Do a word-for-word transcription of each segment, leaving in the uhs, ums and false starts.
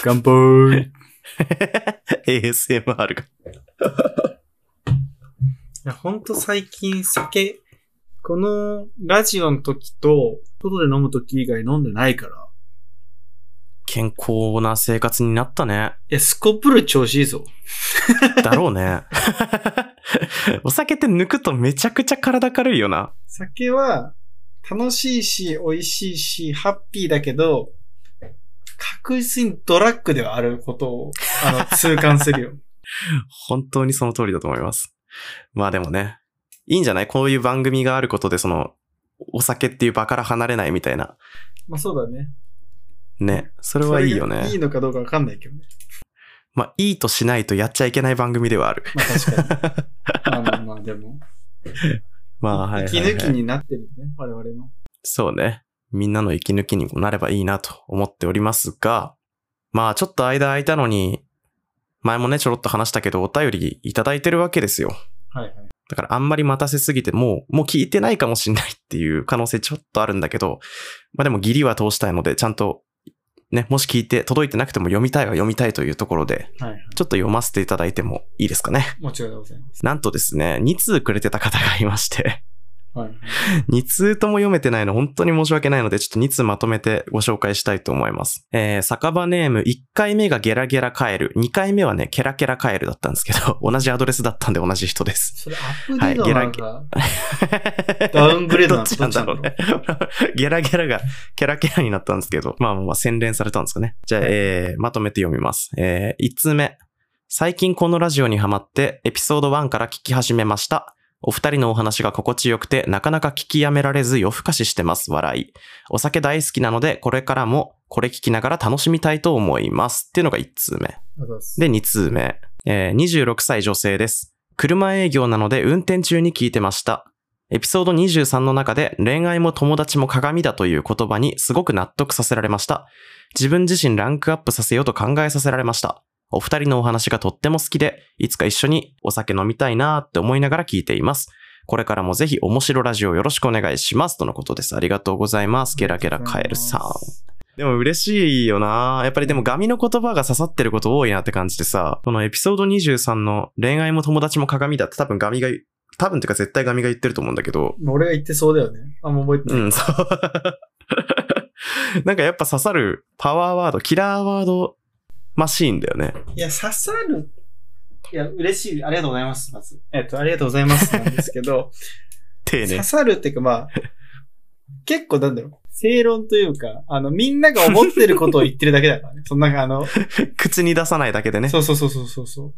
乾杯。 エーエスエムアール が。 いや、ほんと最近酒、このラジオの時と、外で飲む時以外飲んでないから。 健康な生活になったね。 いや、スコプル調子いいぞ。 だろうね。お酒って抜くとめちゃくちゃ体軽いよな。 酒は楽しいし、美味しいし、ハッピーだけど、確実にドラッグではあることを、あの、痛感するよ。 本当にその通りだと思います。まあでもね、いいんじゃない？こういう番組があることで、その、お酒っていう場から離れないみたいな。 まあそうだね。 ね。それはいいよね。 いいのかどうかわかんないけどね。 まあ、いいとしないとやっちゃいけない番組ではある。 まあ確かに。まあまあまあ、でも。 まあ、はいはいはい。 息抜きになってるね、我々の。 そうね。みんなの息抜きにもなればいいなと思っておりますが、まあ、ちょっと間空いたのに、前もね、ちょろっと話したけど、お便りいただいてるわけですよ。 はいはい。 だからあんまり待たせすぎて、もう、もう聞いてないかもしんないっていう可能性ちょっとあるんだけど、まあでも義理は通したいので、ちゃんと、ね、もし聞いて届いてなくても読みたいは読みたいというところで、 はいはい、 ちょっと読ませていただいてもいいですかね。 もちろんでございます。 なんとですね、に通くれてた方がいまして、 はい、 に通とも読めてないの本当に申し訳ないので、ちょっとに通まとめてご紹介したいと思います。えー、酒場ネームいっかいめがゲラゲラカエル、にかいめはね、ケラケラカエルだったんですけど、同じアドレスだったんで同じ人です。 それアップデートなのか、はい、ダウングレードなのかどっちなんだろうね。ゲラゲラがケラケラになったんですけど、まあまあまあ洗練されたんですかね。じゃあ、えー、まとめて読みます。えー、いち通目。最近このラジオにハマってエピソードいちから聞き始めました。お二人のお話が心地よくてなかなか聞きやめられず夜更かししてます。笑い。お酒大好きなのでこれからもこれ聞きながら楽しみたいと思います。っていうのがいち通目。で、に通目。えー、にじゅうろくさい女性です。車営業なので運転中に聞いてました。エピソードにじゅうさんの中で恋愛も友達も鏡だという言葉にすごく納得させられました。自分自身ランクアップさせようと考えさせられました。お二人のお話がとっても好きで、いつか一緒にお酒飲みたいなーって思いながら聞いています。これからもぜひ面白ラジオよろしくお願いします。とのことです。ありがとうございます。ゲラゲラカエルさん。でも嬉しいよな。やっぱりでもガミの言葉が刺さってること多いなって感じでさ、このエピソードにじゅうさんの恋愛も友達も鏡だって多分ガミが、多分ってか絶対ガミが言ってると思うんだけど。 俺が言ってそうだよね。あんま覚えてない。 うん、そう。なんかやっぱ刺さるパワーワード、キラーワード、マシーンだよね。 いや、刺さる。いや、嬉しい。ありがとうございます。まず。えっと、ありがとうございますなんですけど。 丁寧。 刺さるっていうかまあ、結構なんだろう。正論というか、あの、みんなが思ってることを言ってるだけだからね。そんなあの。 口に出さないだけでね。 そうそうそうそうそう。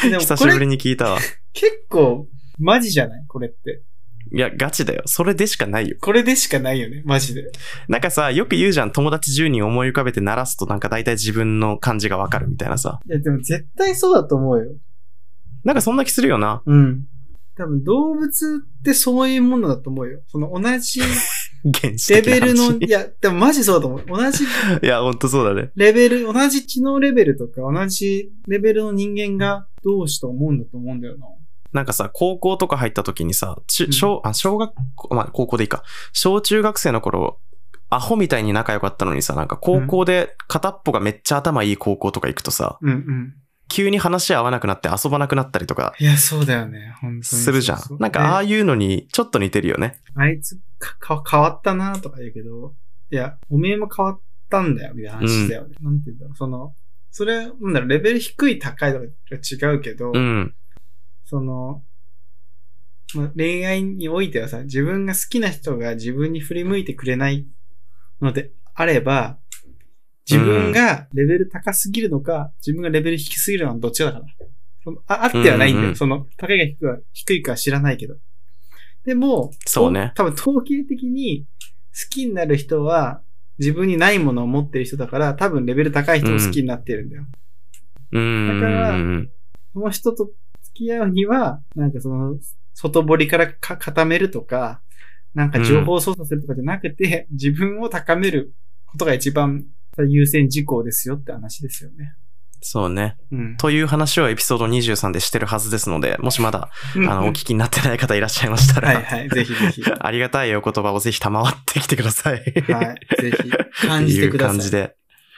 でも久しぶりに聞いたわ。 結構、マジじゃないこれって。 いや、ガチだよ。それでしかないよ。 これでしかないよね。マジで。 なんかさ、よく言うじゃん。友達じゅうにん思い浮かべて鳴らすとなんか大体自分の感じがわかるみたいなさ。 いや、でも絶対そうだと思うよ。 なんかそんな気するよな。 うん。多分動物ってそういうものだと思うよ。その同じレベルの、いや、でもマジそうだと思う。同じ。 いや、ほんとそうだね。 レベル、同じ知能レベルとか同じレベルの人間が同士と思うんだと思うんだよな。 なんかさ、高校とか入った時にさ、ち小、あ、小学校、まあ、高校でいいか。小中学生の頃、アホみたいに仲良かったのにさ、なんか高校で片っぽがめっちゃ頭いい高校とか行くとさ、 うんうん、 急に話合わなくなって遊ばなくなったりとか。 いや、そうだよね。本当に。 するじゃん。そうそうなんかああいうのにちょっと似てるよね。 あいつか、か、変わったなとか言うけど、いや、おめえも変わったんだよ、みたいな話だよね。うん、なんて言うんだろう。その、それ、なんだろう、レベル低い高いとか違うけど、 うん。 その、まあ、恋愛においてはさ、自分が好きな人が自分に振り向いてくれないのであれば、自分がレベル高すぎるのか、自分がレベル低すぎるのはどっちかだから。そのあ、あってはないんだよ。うんうん、その、高いか低いか、低いかは知らないけど。でも、 そうね。 多分統計的に好きになる人は自分にないものを持ってる人だから、多分レベル高い人を好きになってるんだよ。 うん。 だから、その人と付き合うには、なんかその、外堀からか固めるとか、なんか情報操作するとかじゃなくて、うん、自分を高めることが一番優先事項ですよって話ですよね。 そうね、 うん。 という話をエピソードにじゅうさんでしてるはずですので、もしまだ、あの、お聞きになってない方いらっしゃいましたら。 はいはい、ぜひぜひ。 ありがたいお言葉をぜひ賜ってきてください。 はい、ぜひ。感じてください。 っていう感じで。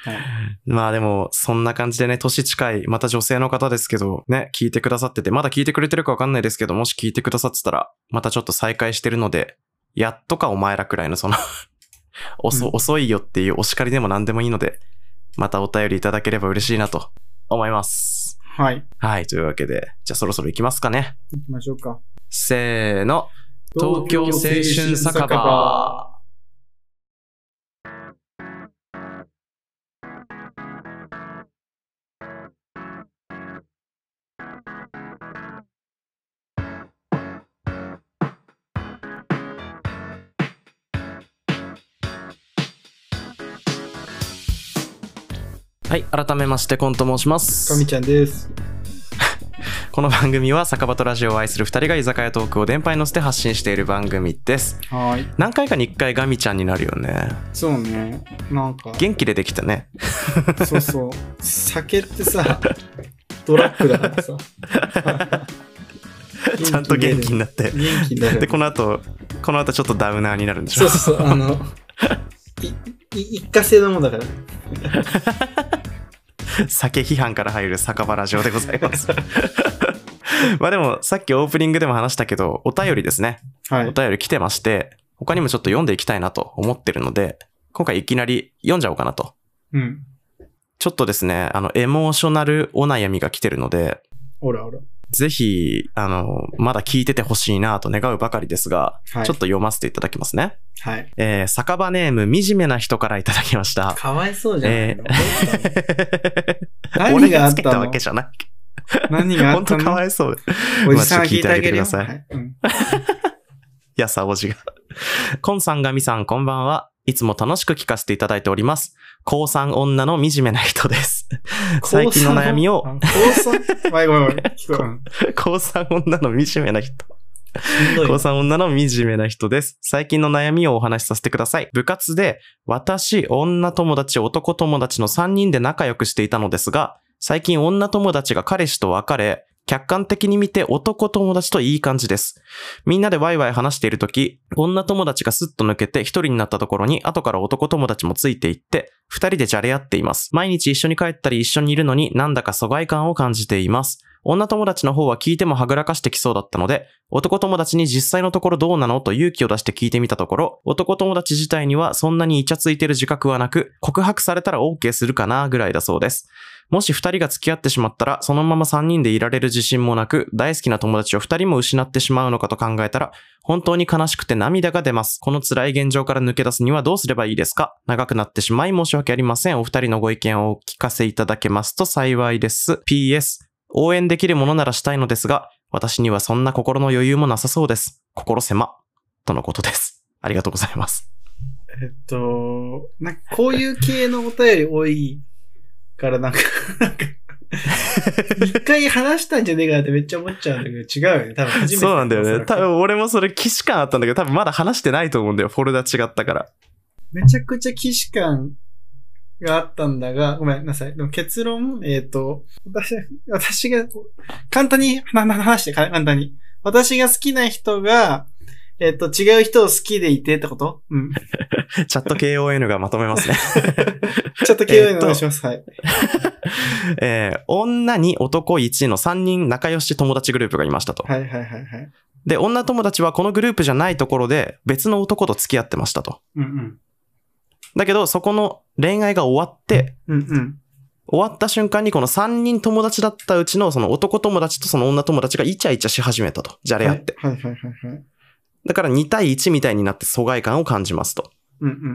はい。 まあでも、そんな感じでね、年近い、また女性の方ですけど、ね、聞いてくださってて、まだ聞いてくれてるかわかんないですけど、もし聞いてくださってたら、またちょっと再開してるので、やっとかお前らくらいのその遅、 うん遅いよっていうお叱りでも何でもいいので、またお便りいただければ嬉しいなと思います。 はい。 はい、というわけで、じゃあそろそろ行きますかね。 行きましょうか。 せーの。東京青春酒場。はい、改めましてコンと申します。 かみちゃんです。 この番組は酒場とラジオを愛するふたりが居酒屋トークを電波に乗せて発信している番組です。 はい。 何回かにいっかいガミちゃんになるよね。 そうね。なんか。 元気でできたね。 そうそう。酒ってさ、ドラッグだからさ。 ちゃんと元気になって。 元気になる。 で、この後、この後ちょっとダウナーになるんでしょ。 そうそうそう。あの、い、い、一過性のもんだから。 酒批判から入る酒場ラジオでございます。まあでも、さっきオープニングでも話したけど、お便りですね。はい。お便り来てまして、他にもちょっと読んでいきたいなと思ってるので、今回いきなり読んじゃおうかなと。 うん。ちょっとですね、あの、エモーショナルお悩みが来てるので、 おらおら。 ぜひ、あの、まだ聞いててほしいなと願うばかりですが、はい、ちょっと読ませていただきますね。 はい。 えー、酒場ネーム、惨めな人からいただきました。 かわいそうじゃない、えー、何があったの？俺がつけたわけじゃない。 何があったの？ 本当かわいそう。 おじさん聞いてあげてください。 はい、うん、やさおじが。コンさん、ガミさん、こんばんは。いつも楽しく聞かせていただいております。高三女の惨めな人です。最近の悩みを。 高三ごめんごめん。 高三女の惨めな人。高三女の惨めな人です。最近の悩みをお話しさせてください。部活で私、女友達、男友達のさんにんで仲良くしていたのですが、最近女友達が彼氏と別れ、客観的に見て男友達といい感じです。みんなでワイワイ話しているとき、女友達がスッと抜けて一人になったところに後から男友達もついていって、二人でじゃれ合っています。毎日一緒に帰ったり一緒にいるのになんだか疎外感を感じています。女友達の方は聞いてもはぐらかしてきそうだったので、男友達に実際のところどうなのと勇気を出して聞いてみたところ、男友達自体にはそんなにイチャついてる自覚はなく、告白されたら OK するかなぐらいだそうです。もし二人が付き合ってしまったら、そのまま三人でいられる自信もなく、大好きな友達を二人も失ってしまうのかと考えたら、本当に悲しくて涙が出ます。この辛い現状から抜け出すにはどうすればいいですか？長くなってしまい申し訳ありません。お二人のご意見をお聞かせいただけますと幸いです。ピーエス 応援できるものならしたいのですが、私にはそんな心の余裕もなさそうです。心狭。とのことです。ありがとうございます。 えっと、なんかこういう系のお便り多いからなんか、なんか、一回話したんじゃねえかなってめっちゃ思っちゃうんだけど、違うよね。多分初めて。 そうなんだよね。多分俺もそれ既視感あったんだけど、多分まだ話してないと思うんだよ。フォルダ違ったから。めちゃくちゃ既視感があったんだが、ごめんなさい。でも結論、えっと、私、私が、簡単に話して、簡単に。私が好きな人が、えっと、違う人を好きでいてってこと？うん。 チャット ケーオーエヌ がまとめますね。 チャット ケーオーエヌ お願いします。はい。 えー、女に男いちのさんにん仲良し友達グループがいましたと。 はいはいはいはい。 で、女友達はこのグループじゃないところで別の男と付き合ってましたと。 うんうん。 だけど、そこの恋愛が終わって、 うんうん。 終わった瞬間にこのさんにん友達だったうちのその男友達とその女友達がイチャイチャし始めたと。じゃれ合って。 はいはいはいはいはい。 だからに対いちみたいになって疎外感を感じますと。 うんうんうんうん。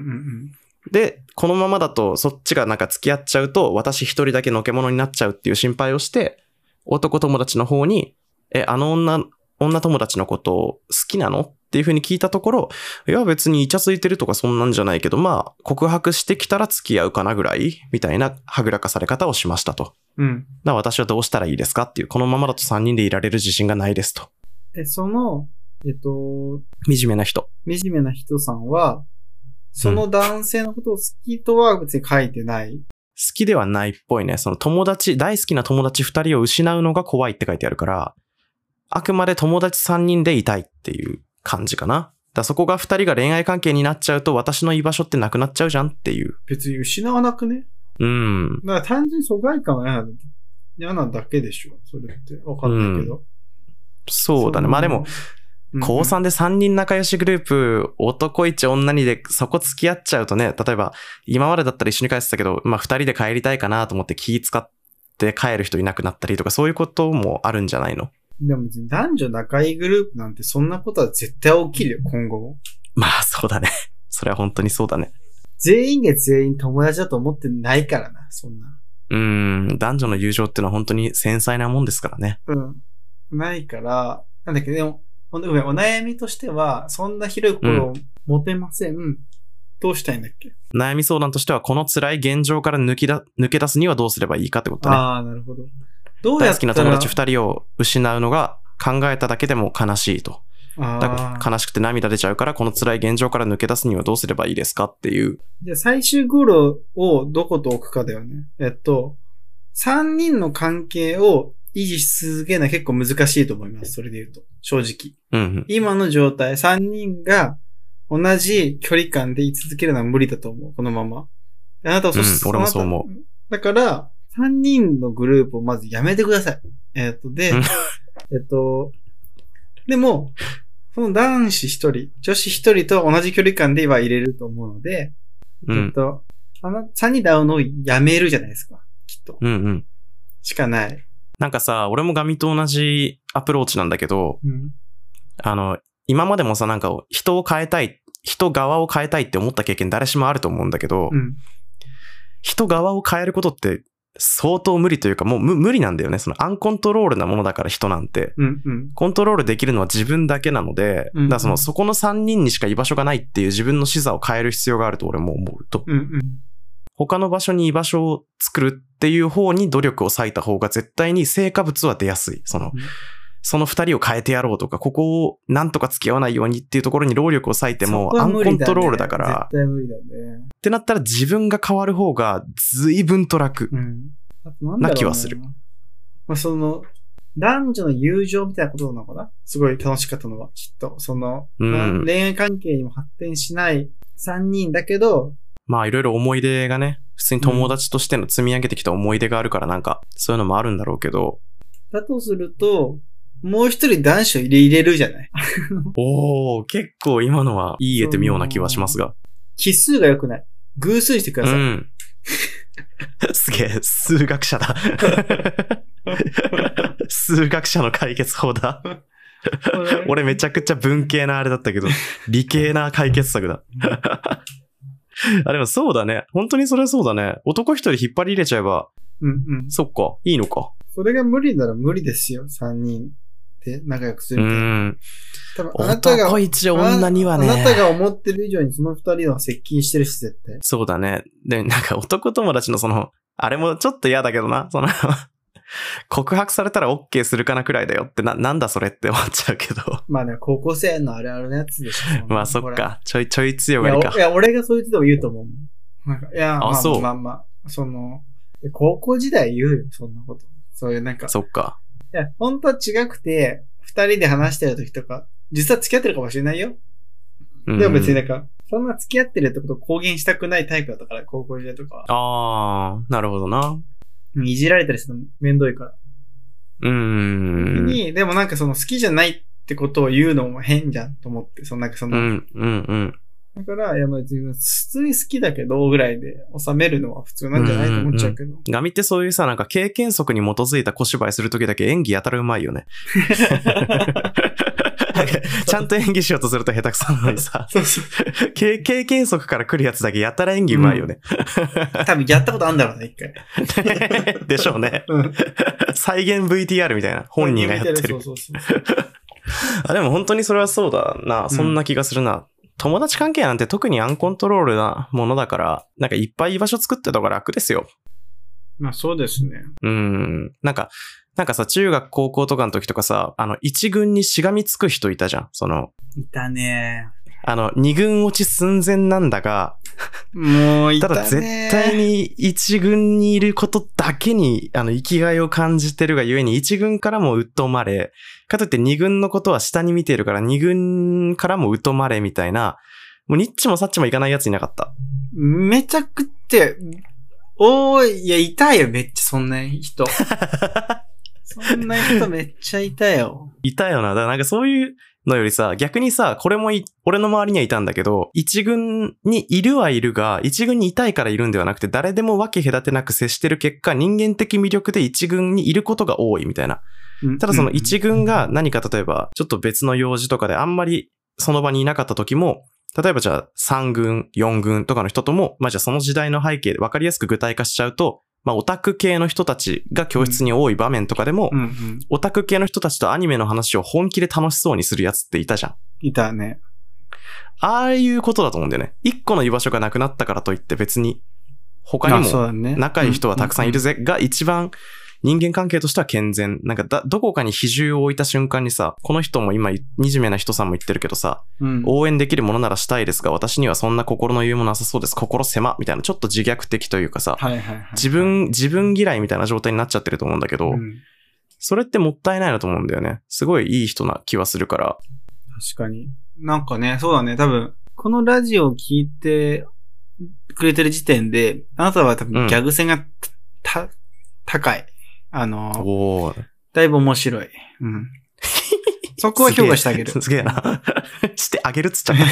で、このままだとそっちがなんか付き合っちゃうと私一人だけのけ者になっちゃうっていう心配をして、男友達の方に、え、あの女、女友達のことを好きなのっていう風に聞いたところ、いや別にイチャついてるとかそんなんじゃないけど、まあ告白してきたら付き合うかなぐらいみたいなはぐらかされ方をしましたと。 うん。 だから私はどうしたらいいですかっていう、このままだとさんにんでいられる自信がないですと。 え、その、えっと、 惨めな人。 惨めな人さんは、その男性のことを好きとは別に書いてない、うん、 好きではないっぽいね。その友達、大好きな友達二人を失うのが怖いって書いてあるから、あくまで友達三人でいたいっていう感じかな。だからそこが二人が恋愛関係になっちゃうと私の居場所ってなくなっちゃうじゃんっていう。 別に失わなくね？ うん。 だから単純に疎外感は嫌な、嫌なだけでしょ。それって。わかんないけど。うん、 そうだね。まあでも、高さんでさんにん仲良しグループ、男いち女にでそこ付き合っちゃうとね、例えば今までだったら一緒に帰ってたけど、まあふたりで帰りたいかなと思って気使って帰る人いなくなったりとか、そういうこともあるんじゃないの？ でも別に男女仲いいグループなんてそんなことは絶対起きるよ、今後も。 まあそうだね。それは本当にそうだね。 全員が全員友達だと思ってないからな、そんな。 うーん、男女の友情ってのは本当に繊細なもんですからね。 うん。ないから、なんだっけ、でも、お悩みとしては、そんな広い心を持てません。うん、どうしたいんだっけ？ 悩み相談としては、この辛い現状から抜きだ、抜け出すにはどうすればいいかってことね。 ああ、なるほど。どうやったら大好きな友達二人を失うのが考えただけでも悲しいと。だから悲しくて涙出ちゃうから、この辛い現状から抜け出すにはどうすればいいですかっていう。 じゃあ最終ゴールをどこと置くかだよね。えっと、三人の関係を維持し続けるのは結構難しいと思います。それで言うと。正直。 うんうん、 今の状態、三人が同じ距離感で居続けるのは無理だと思う。このまま。あなたはそし、 うん、俺もそう思う。 だから、三人のグループをまずやめてください。えっと、で、えっと、でも、その男子一人、女子一人と同じ距離感では入れると思うので、 うん、 えっと、あの、三人で会うのをやめるじゃないですか。きっと。 うんうん。 しかない。 なんかさ、俺もガミと同じアプローチなんだけど、 うん、 あの、今までもさ、なんか人を変えたい、人側を変えたいって思った経験誰しもあると思うんだけど、 うん、 人側を変えることって相当無理というか、もう無理なんだよね。そのアンコントロールなものだから人なんて。 うんうん、 コントロールできるのは自分だけなので、 うんうん、 だからその、そこのさんにんにしか居場所がないっていう自分の視座を変える必要があると俺も思うと。 うんうん、 他の場所に居場所を作るっていう方に努力を割いた方が絶対に成果物は出やすい。その、うん、その二人を変えてやろうとか、ここをなんとか付き合わないようにっていうところに労力を割いてもアンコントロールだから。 絶対無理だね。 ってなったら自分が変わる方が随分と楽な気はする。 うん、まあ、その、男女の友情みたいなことなのかな？すごい楽しかったのは、きっと。その、 うん、 恋愛関係にも発展しないさんにんだけど、 まあいろいろ思い出がね、普通に友達としての積み上げてきた思い出があるからなんか、そういうのもあるんだろうけど。 だとすると、もう一人男子を入れ入れるじゃないおー、結構今のはいいえて妙な気はしますが。 奇数が良くない。偶数にしてください。うん。 すげえ、数学者だ。数学者の解決法だ。俺めちゃくちゃ文系なあれだったけど、理系な解決策だ。あ、でもそうだね。本当にそれそうだね。男一人引っ張り入れちゃえば。 うんうん。 そっか。いいのか。 それが無理なら無理ですよ。三人で仲良くするみたいな。うん。多分あなたが、 男一女にはねあ。 あなたが思ってる以上にその二人は接近してるし、絶対。 そうだね。で、なんか男友達のその、あれもちょっと嫌だけどな。その、告白されたら OK するかなくらいだよってな、なんだそれって思っちゃうけど。 まあね、高校生のあるあるのやつでしょ。 まあそっか。ちょいちょい強がりか。 いや、いや俺がそういう人でも言うと思う。なんかいや、 あ、 まあ、 そう。 まあまあ、その、高校時代言うよ、そんなこと。そういうなんか。 そっか。 いや、本当は違くて、二人で話してる時とか、実は付き合ってるかもしれないよ。うん、でも別になんか、そんな付き合ってるってことを公言したくないタイプだったから、高校時代とかは。 あー、なるほどな。 いじられたりするのめんどいから。 うーん。 に、でもなんかその好きじゃないってことを言うのも変じゃんと思って、そのなんかその。 うん、うん、うん。 だから、いやまあ自分普通に好きだけどぐらいで収めるのは普通なんじゃないと思っちゃうけど。うんうん、 ガミってそういうさ、なんか経験則に基づいた小芝居するときだけ演技やたらうまいよね。ちゃんと演技しようとすると下手くそなのにさ。 そうそう経験則から来るやつだけやたら演技うまいよね。 うん、多分やったことあるんだろうね、一回。 でしょうね。うん、再現 ブイティーアール みたいな。本人がやってる。 そうそうそうあ、でも本当にそれはそうだな。そんな気がするな。うん、友達関係なんて特にアンコントロールなものだから、なんかいっぱい居場所作ってた方が楽ですよ。 まあそうですね。 うん。なんか、なんかさ、中学高校とかの時とかさ、あの、一軍にしがみつく人いたじゃん。その。 いたね。 あの、二軍落ち寸前なんだが、 もういたね。 ただ絶対に一軍にいることだけに、あの、生きがいを感じてるがゆえに一軍からも疎まれ、かといって二軍のことは下に見ているから二軍からも疎まれみたいな、もうニッチもサッチもいかないやついなかった。 めちゃくちゃ、 おーい、いや、いたよ、めっちゃそんな人。そんな人めっちゃいたよ。 いたよな。だからなんかそういうのよりさ、逆にさ、これもい俺の周りにはいたんだけど、一軍にいるはいるが、一軍にいたいからいるんではなくて、誰でも分け隔てなく接してる結果、人間的魅力で一軍にいることが多いみたいな。ただその一軍が何か例えば、ちょっと別の用事とかであんまりその場にいなかった時も、例えばじゃあさん軍、よん軍とかの人とも、まあじゃあその時代の背景で分かりやすく具体化しちゃうと、まあオタク系の人たちが教室に多い場面とかでも、 うんうん、 オタク系の人たちとアニメの話を本気で楽しそうにするやつっていたじゃん。 いたね。 ああいうことだと思うんだよね。一個の居場所がなくなったからといって別に他にも仲いい人はたくさんいるぜが一番人間関係としては健全。なんかだ、どこかに比重を置いた瞬間にさ、この人も今、惨めな人さんも言ってるけどさ、うん、応援できるものならしたいですが、私にはそんな心の余裕もなさそうです。心狭みたいな、ちょっと自虐的というかさ、 はいはいはいはい、 自分、自分嫌いみたいな状態になっちゃってると思うんだけど、うん、それってもったいないなと思うんだよね。すごいいい人な気はするから。 確かに。なんかね、そうだね、多分、このラジオを聞いてくれてる時点で、あなたは多分ギャグ線がた、うん、高い。あのー、だいぶ面白い。うん。そこは評価してあげる。 すげえな。してあげるっつっちゃった。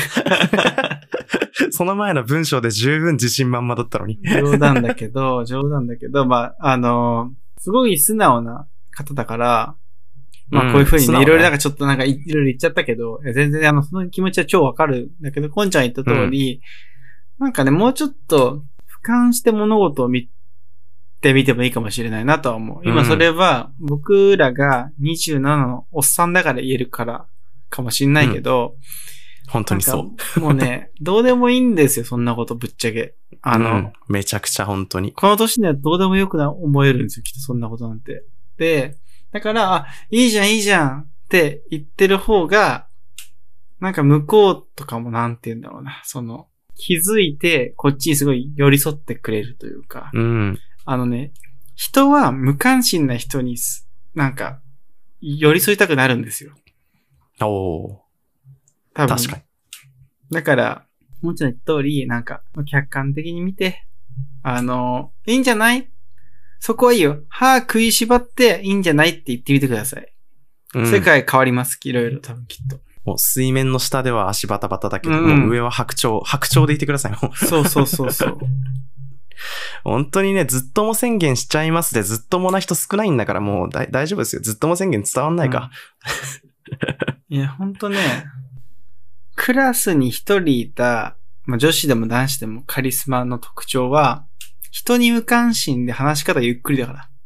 その前の文章で十分自信満々だったのに。 冗談だけど、冗談だけど、まあ、あのー、すごい素直な方だから、まあこういう風にね、いろいろなんかちょっとなんかいろいろ言っちゃったけど、全然あの、その気持ちは超わかるんだけど、こんちゃん言った通り、うん、なんかね、もうちょっと俯瞰して物事を見て、ってみてもいいかもしれないなとは思う。今それは僕らがにじゅうななのおっさんだから言えるからかもしれないけど、 うん、本当にそう。もうね、どうでもいいんですよ、そんなことぶっちゃけ。あの、うん、 めちゃくちゃ本当に。 この年にはどうでもよくな思えるんですよ、きっとそんなことなんて。で、だから、あ、いいじゃんいいじゃんって言ってる方が、なんか向こうとかもなんて言うんだろうな、その、気づいてこっちにすごい寄り添ってくれるというか、 うん。 あのね、人は無関心な人に、なんか、寄り添いたくなるんですよ。 おー。 多分。 確かに。 だから、もちろん言った通り、なんか、客観的に見て、あの、いいんじゃないそこはいいよ。歯食いしばっていいんじゃないって言ってみてください。うん、世界変わります。いろいろ多分きっと。 もう水面の下では足バタバタだけど、うん、もう上は白鳥、白鳥でいてください。 そうそうそうそう。 本当にね、ずっとも宣言しちゃいますで、ずっともな人少ないんだからもうだ大丈夫ですよ。ずっとも宣言伝わんないか。 うん、いや、本当ね、クラスに一人いた、まあ、女子でも男子でもカリスマの特徴は、人に無関心で話し方ゆっくりだから。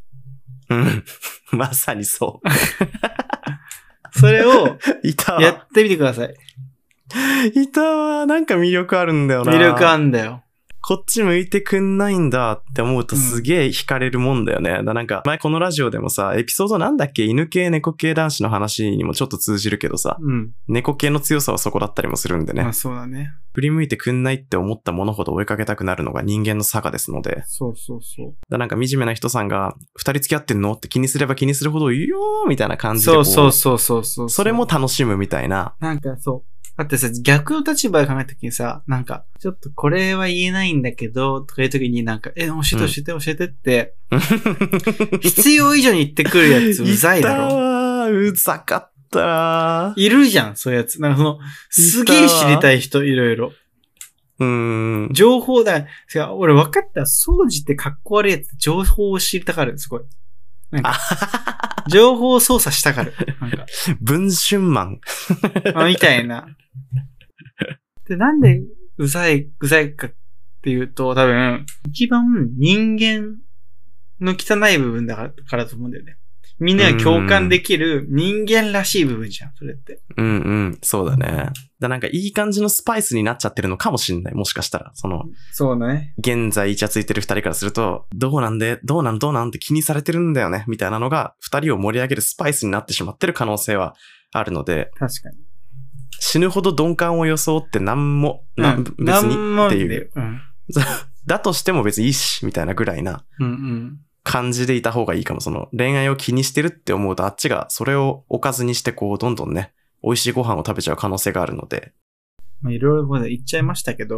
うん。まさにそう。 それを、 いたわ。 やってみてください。 いたわ。なんか魅力あるんだよな。 魅力あるんだよ。 こっち向いてくんないんだって思うとすげえ惹かれるもんだよね。うん、だなんか前このラジオでもさ、エピソードなんだっけ、犬系猫系男子の話にもちょっと通じるけどさ、 うん、 猫系の強さはそこだったりもするんでね。 まあそうだね。 振り向いてくんないって思ったものほど追いかけたくなるのが人間の差がですので。 そうそうそう。 だなんか惨めな人さんが二人付き合ってんのって気にすれば気にするほどいいよーみたいな感じでこう。 そうそうそうそうそう。 それも楽しむみたいな。 なんかそう。だってさ、逆の立場で考えたときにさ、なんか、ちょっとこれは言えないんだけど、とかいうときになんか、え、教えて教えて教えてって、うん、必要以上に言ってくるやつうざいだろ。 いたわー、うざかったー。 いるじゃん、そういうやつ。なんかその、すげえ知りたい人、いろいろ。 うーん。 情報だ。俺分かった。掃除ってかっこ悪いやつ、情報を知りたがる、すごい。なんか、情報操作したがる。なんか。 文春マン。 みたいな。で、なんでうざい、うざいかっていうと、多分、一番人間の汚い部分だから、からと思うんだよね。みんなが共感できる人間らしい部分じゃん、それって。 うんうん、そうだね。だなんかいい感じのスパイスになっちゃってるのかもしんない。もしかしたら。その、 そうね。 現在イチャついてる二人からすると、どうなんで、どうなんどうなんって気にされてるんだよね、みたいなのが、二人を盛り上げるスパイスになってしまってる可能性はあるので。 確かに。 死ぬほど鈍感を装って何も、うん、別にっていう。うん、だとしても別にいいし、みたいなぐらいな。 うんうん感じでいた方がいいかも。その恋愛を気にしてるって思うとあっちがそれをおかずにしてこうどんどんね、美味しいご飯を食べちゃう可能性があるので。 まあいろいろ言っちゃいましたけど、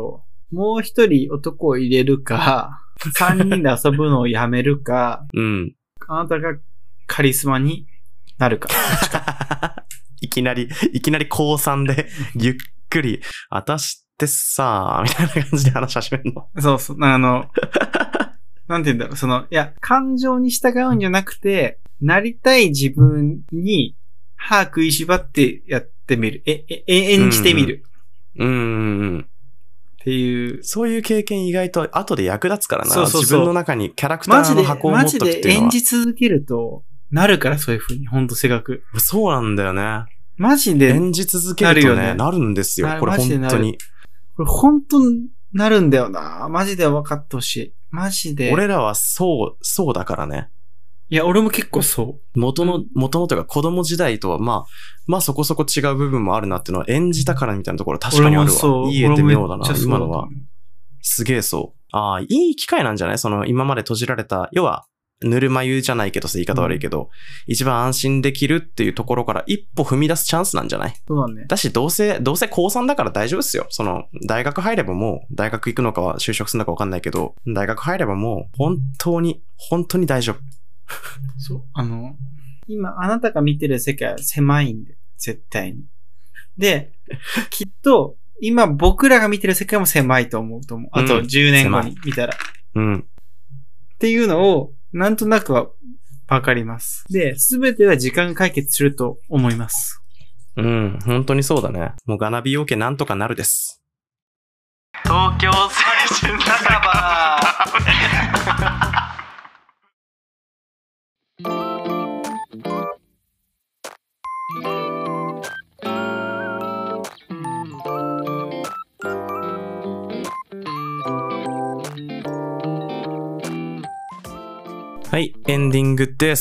もう一人男を入れるか、三人で遊ぶのをやめるか、 うん。 あなたがカリスマになるか。 いきなり、いきなり高さんで、ゆっくり、私ってさ、みたいな感じで話し始めるの。 そうそう。あの、なんて言うんだろう。その、いや、感情に従うんじゃなくて、なりたい自分に歯食いしばってやってみる。え、え、演じてみる。 うんうんうん。 っていう。 そういう経験意外と後で役立つからな。 そうそうそう。 自分の中にキャラクターの箱を持っとくっていうのは。 マジで演じ続けると、なるからそういう風に、ほんと性格。 そうなんだよね。 マジで。 演じ続けるとね、なるんですよ。これ本当に。 これ本当になるんだよな。マジで分かってほしい。マジで。 俺らはそう、そうだからね。 いや、俺も結構そう。 元の、元のというか子供時代とは、まあ、まあそこそこ違う部分もあるなっていうのは演じたからみたいなところ確かにあるわ。 そう言えてみようだな。 う今のは。すげえそう。ああ、いい機会なんじゃないその今まで閉じられた、要は、ぬるま湯じゃないけどさ、言い方悪いけど、うん、一番安心できるっていうところから一歩踏み出すチャンスなんじゃない？ そうだね。 だし、どうせ、どうせ高さんだから大丈夫っすよ。その、大学入ればもう、大学行くのかは就職するのかわかんないけど、大学入ればもう、本当に、本当に大丈夫。 そう。あの、今、あなたが見てる世界は狭いんで、絶対に。で、きっと、今僕らが見てる世界も狭いと思うと思う。あとじゅうねんごに見たら。 うん。 っていうのを、なんとなくはわかります。で、すべては時間が解決すると思います。 うん、本当にそうだね。もうガナビオケなんとかなるです。東京青春酒場はい、エンディングです。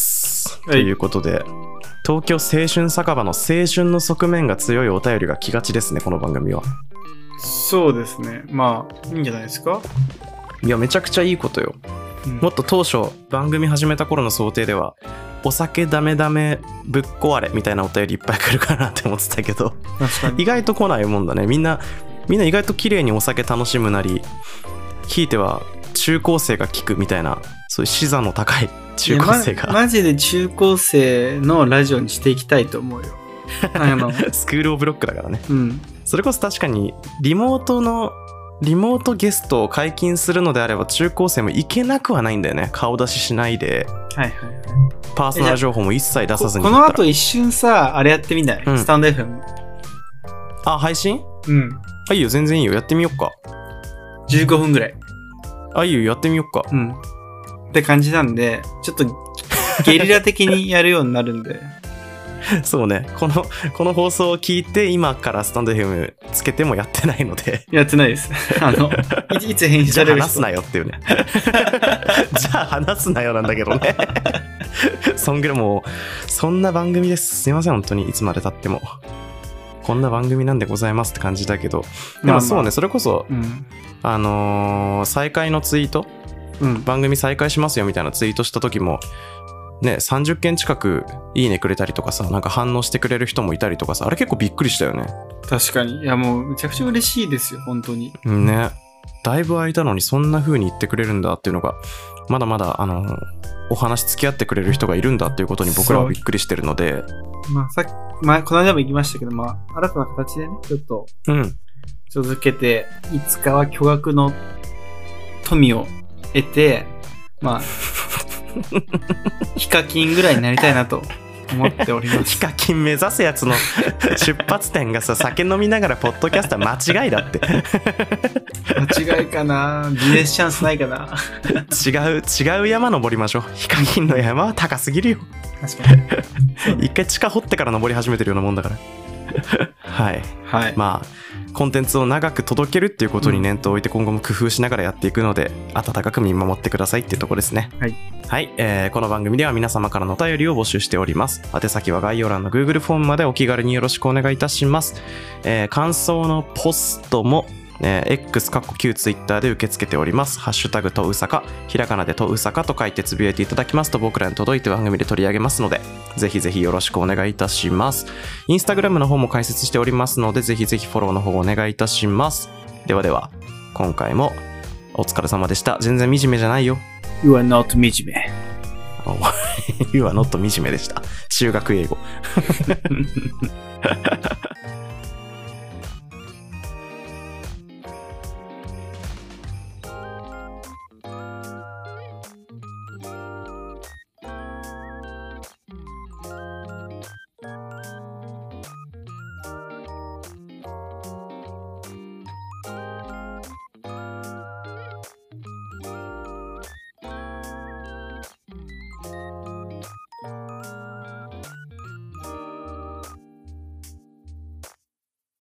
はい、ということで、東京青春酒場の青春の側面が強いお便りが来がちですね、この番組は。 そうですね。まあ、いいんじゃないですか？ いや、めちゃくちゃいいことよ。うん、もっと当初、番組始めた頃の想定では、お酒ダメダメぶっ壊れみたいなお便りいっぱい来るかなって思ってたけど、 確かに意外と来ないもんだね。みんな、みんな意外と綺麗にお酒楽しむなり、ひいては中高生が聞くみたいな、そういう視座の高い中高生が。 ま、マジで中高生のラジオにしていきたいと思うよ。あのスクールオブロックだからね。 うん。 それこそ確かに、リモートの、リモートゲストを解禁するのであれば中高生も行けなくはないんだよね。顔出ししないで。 はいはいはい。 パーソナル情報も一切出さずにこ。この後一瞬さ、あれやってみない、うん、スタンド エフエム。 あ、配信？ うん。 あ、いいよ、全然いいよ。やってみよっか。 じゅうごふんぐらい。 あ、いいよ、やってみよっか。 うん。って感じなんで、ちょっとゲリラ的にやるようになるんで。 そうね。この、この放送を聞いて、今からスタンド エフエム つけてもやってないので。 やってないです。あの、い, いつ編集される人。 じゃあ話すなよっていうね。じゃあ話すなよなんだけどね。そんぐらいもう、そんな番組です。すいません、本当に。いつまで経っても。こんな番組なんでございますって感じだけど。でもそうね、まあまあ、それこそ、うん、あのー、再開のツイート、うん、番組再開しますよみたいなツイートした時も、ね、さんじゅっけん近くいいねくれたりとかさ、なんか反応してくれる人もいたりとかさ、あれ結構びっくりしたよね。 確かに。いやもうめちゃくちゃ嬉しいですよ、本当に。 ね。だいぶ空いたのにそんな風に言ってくれるんだっていうのが、まだまだ、あの、お話付き合ってくれる人がいるんだっていうことに僕らはびっくりしてるので。 まあさっき、まあこの間も言いましたけど、まあ新たな形でね、ちょっと、うん。続けて、いつかは巨額の富を得て、まあ、ヒカキンぐらいになりたいなと思っております。 ヒカキン目指すやつの出発点がさ、酒飲みながらポッドキャスター間違いだって。 間違いかな？ビジネスチャンスないかな？ 違う、違う山登りましょう。ヒカキンの山は高すぎるよ。 確かに。一回地下掘ってから登り始めてるようなもんだから。はい。 はい。 まあ、コンテンツを長く届けるっていうことに念頭を置いて今後も工夫しながらやっていくので、温かく見守ってくださいっていうところですね。 はい。 はい、えー。この番組では皆様からのお便りを募集しております。宛先は概要欄の Google フォームまでお気軽によろしくお願いいたします。えー、感想のポストも、えー、X かっこ旧 Twitter で受け付けております。ハッシュタグとうさか、ひらがなでとうさかと書いてつぶやいていただきますと僕らに届いて番組で取り上げますので、ぜひぜひよろしくお願いいたします。インスタグラムの方も開設しておりますので、ぜひぜひフォローの方お願いいたします。ではでは。 今回もお疲れ様でした。全然惨めじゃないよ。 You are not 惨め。 You are not 惨めでした。中学英語。